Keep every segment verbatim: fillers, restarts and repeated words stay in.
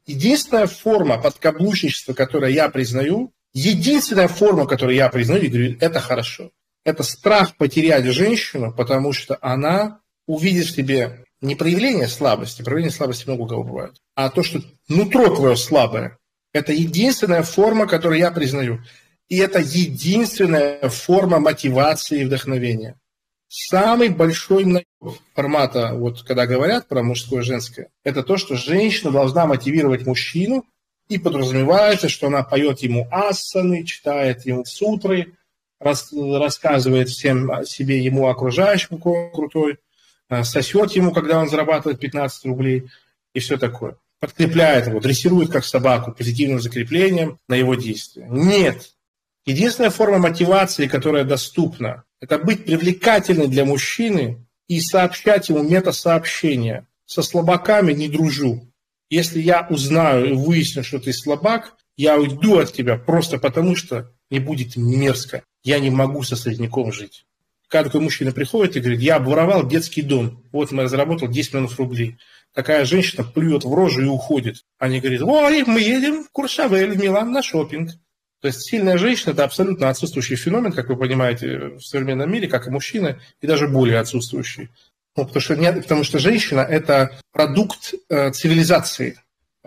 Единственная форма подкаблучничества, которую я признаю, единственная форма, которую я признаю, и говорю, это хорошо. Это страх потерять женщину, потому что она увидит в тебе не проявление слабости, проявление слабости много у кого бывает, а то, что нутро твое слабое. Это единственная форма, которую я признаю. И это единственная форма мотивации и вдохновения. Самый большой наеб формата, вот когда говорят про мужское и женское, это то, что женщина должна мотивировать мужчину, и подразумевается, что она поет ему асаны, читает ему сутры, рас, рассказывает всем о себе, ему окружающим, какой он крутой, сосет ему, когда он зарабатывает пятнадцать рублей и все такое. Подкрепляет его, дрессирует как собаку позитивным закреплением на его действия. Нет. Единственная форма мотивации, которая доступна, это быть привлекательной для мужчины и сообщать ему метасообщения. Со слабаками не дружу. Если я узнаю и выясню, что ты слабак, я уйду от тебя просто потому, что мне будет мерзко. Я не могу со слизняком жить. Когда такой мужчина приходит и говорит, я обворовал детский дом, вот я заработал десять миллионов рублей. Такая женщина плюет в рожу и уходит. Они говорят, ой, мы едем в Куршавель, в Милан на шопинг. То есть сильная женщина – это абсолютно отсутствующий феномен, как вы понимаете, в современном мире, как и мужчина, и даже более отсутствующий. Ну, потому, что, нет, потому что женщина – это продукт э, цивилизации.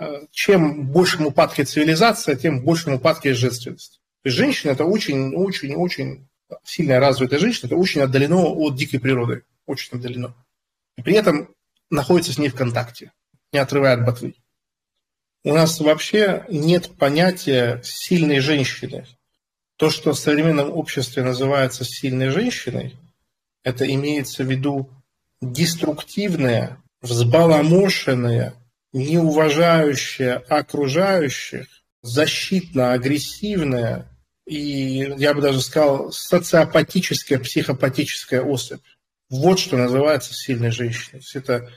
Чем большим упадке цивилизация, тем большим упадке женственности. То есть женщина – это очень-очень-очень сильная развитая женщина, это очень отдалено от дикой природы, очень отдалено. И при этом находится с ней в контакте, не отрывая от ботвы. У нас вообще нет понятия сильной женщины. То, что в современном обществе называется сильной женщиной, это имеется в виду деструктивная, взбаламошенная, неуважающая окружающих, защитно-агрессивная и, я бы даже сказал, социопатическая, психопатическая особь. Вот что называется сильной женщиной. Это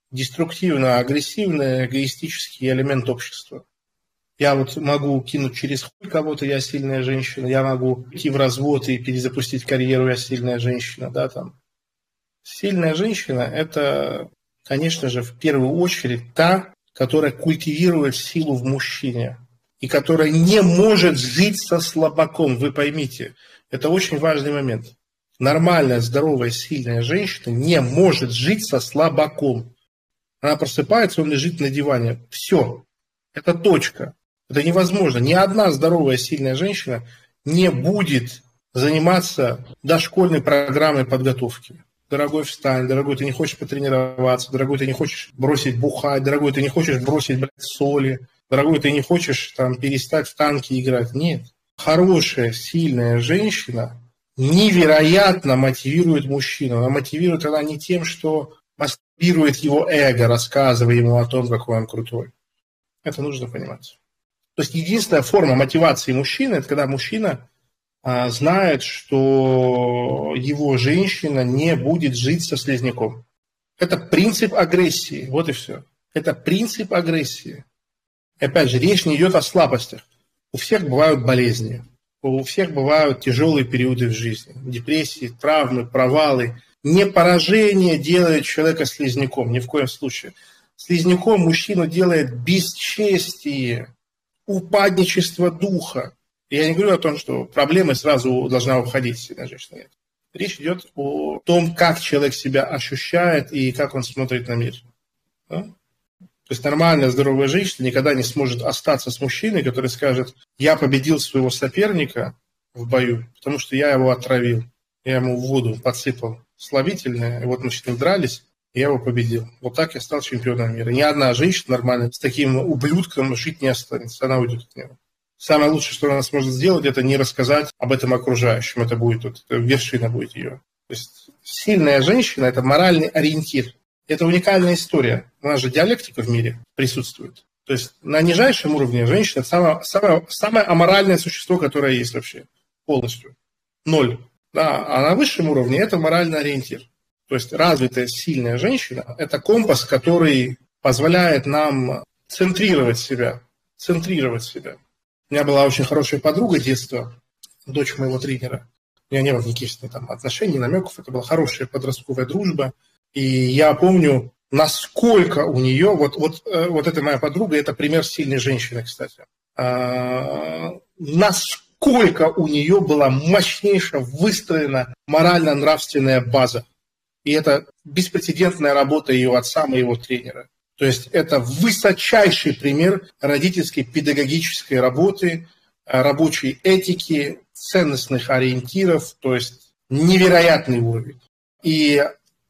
деструктивно-агрессивный, эгоистический элемент общества. Я вот могу кинуть через хуй кого-то, я сильная женщина, я могу идти в развод и перезапустить карьеру, я сильная женщина. Да, там. Сильная женщина – это, конечно же, в первую очередь та, которая культивирует силу в мужчине и которая не может жить со слабаком. Вы поймите, это очень важный момент. Нормальная, здоровая, сильная женщина не может жить со слабаком. Она просыпается, он лежит на диване. Все. Это точка. Это невозможно. Ни одна здоровая, сильная женщина не будет заниматься дошкольной программой подготовки. Дорогой, встань, дорогой, ты не хочешь потренироваться, дорогой, ты не хочешь бросить бухать, дорогой, ты не хочешь бросить, блядь, соли, дорогой, ты не хочешь там перестать в танки играть. Нет. Хорошая, сильная женщина невероятно мотивирует мужчину. Она мотивирует она не тем, что мастурбирует его эго, рассказывая ему о том, какой он крутой. Это нужно понимать. То есть единственная форма мотивации мужчины, это когда мужчина а, знает, что его женщина не будет жить со слизняком. Это принцип агрессии. Вот и все. Это принцип агрессии. И опять же, речь не идет о слабостях. У всех бывают болезни. У всех бывают тяжелые периоды в жизни. Депрессии, травмы, провалы. Не поражение делает человека слизняком, ни в коем случае. Слизняком мужчину делает бесчестие, упадничество духа. И я не говорю о том, что проблемы сразу должна уходить сильная женщина. Нет. Речь идет о том, как человек себя ощущает и как он смотрит на мир. Да? То есть нормальная, здоровая женщина никогда не сможет остаться с мужчиной, который скажет, я победил своего соперника в бою, потому что я его отравил. Я ему в воду подсыпал слабительное, и вот мы с ним дрались, и я его победил. Вот так я стал чемпионом мира. Ни одна женщина нормальная с таким ублюдком жить не останется, она уйдет от него. Самое лучшее, что она сможет сделать, это не рассказать об этом окружающим. Это будет вот, вершина будет ее. То есть сильная женщина – это моральный ориентир. Это уникальная история. У нас же диалектика в мире присутствует. То есть на нижайшем уровне женщина – это самое, самое, самое аморальное существо, которое есть вообще. Полностью. Ноль. Да, а на высшем уровне это моральный ориентир. То есть развитая, сильная женщина – это компас, который позволяет нам центрировать себя. Центрировать себя. У меня была очень хорошая подруга детства, дочь моего тренера. У меня не было никаких с ней там отношений, намеков. Это была хорошая подростковая дружба. И я помню, насколько у нее, вот, вот, вот это моя подруга, это пример сильной женщины, кстати, а, насколько у нее была мощнейшая выстроена морально-нравственная база. И это беспрецедентная работа ее отца, моего тренера. То есть это высочайший пример родительской педагогической работы, рабочей этики, ценностных ориентиров, то есть невероятный уровень. И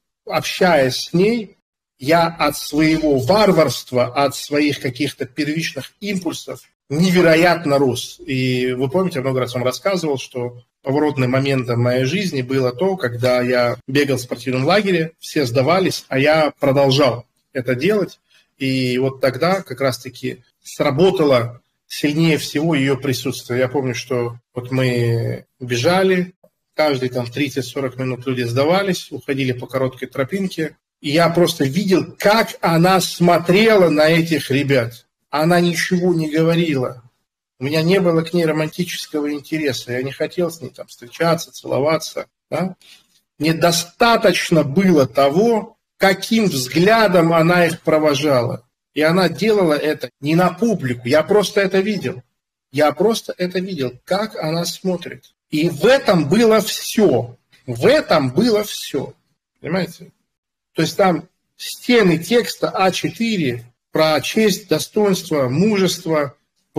общаясь с ней, я от своего варварства, от своих каких-то первичных импульсов невероятно рос. И вы помните, я много раз вам рассказывал, что поворотным моментом моей жизни было то, когда я бегал в спортивном лагере, все сдавались, а я продолжал это делать. И вот тогда как раз-таки сработало сильнее всего ее присутствие. Я помню, что вот мы бежали, каждые там тридцать-сорок минут люди сдавались, уходили по короткой тропинке. И я просто видел, как она смотрела на этих ребят. Она ничего не говорила. У меня не было к ней романтического интереса. Я не хотел с ней там встречаться, целоваться. Да? Мне достаточно было того, каким взглядом она их провожала. И она делала это не на публику. Я просто это видел. Я просто это видел, как она смотрит. И в этом было все. В этом было все. Понимаете? То есть там стены текста а четыре про честь, достоинство, мужество,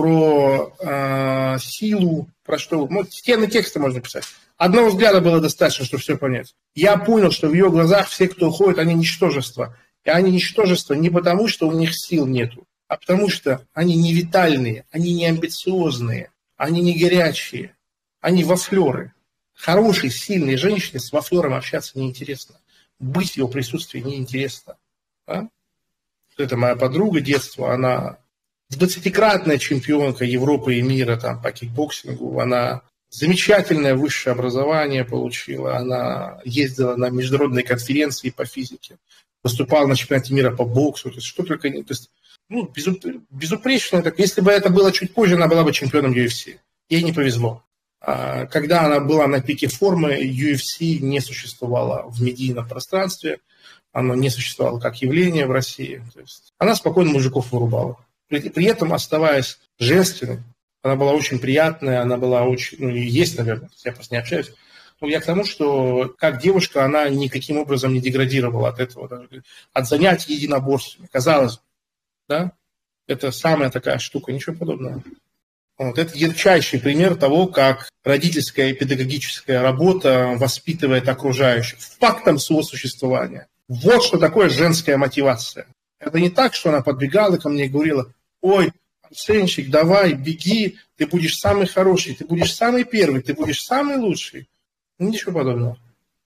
про э, силу, про что. Ну, стены текста можно писать. Одного взгляда было достаточно, чтобы все понять. Я понял, что в ее глазах все, кто уходит, они ничтожества. И они ничтожества не потому, что у них сил нету, а потому что они не витальные, они не амбициозные, они не горячие, они вафлеры. Хорошей, сильной женщине с вафлером общаться неинтересно. Быть в его присутствии неинтересно. Да? Это моя подруга детства, она двадцатикратная чемпионка Европы и мира там, по кикбоксингу, она замечательное высшее образование получила, она ездила на международные конференции по физике, выступала на чемпионате мира по боксу, то есть что только не... То есть, ну, безупречно. Так, если бы это было чуть позже, она была бы чемпионом ю эф си. Ей не повезло. Когда она была на пике формы, ю эф си не существовало в медийном пространстве, оно не существовало как явление в России. То есть она спокойно мужиков вырубала. При, при этом, оставаясь женственной, она была очень приятная, она была очень, ну, и есть, наверное, я просто не общаюсь. Но я к тому, что как девушка она никаким образом не деградировала от этого, даже, от занятий единоборствами. Казалось бы, да, это самая такая штука, ничего подобного. Вот, это ярчайший пример того, как родительская и педагогическая работа воспитывает окружающих фактом своего существования. Вот что такое женская мотивация. Это не так, что она подбегала ко мне и говорила: ой, Арсенчик, давай, беги, ты будешь самый хороший, ты будешь самый первый, ты будешь самый лучший. Ничего подобного.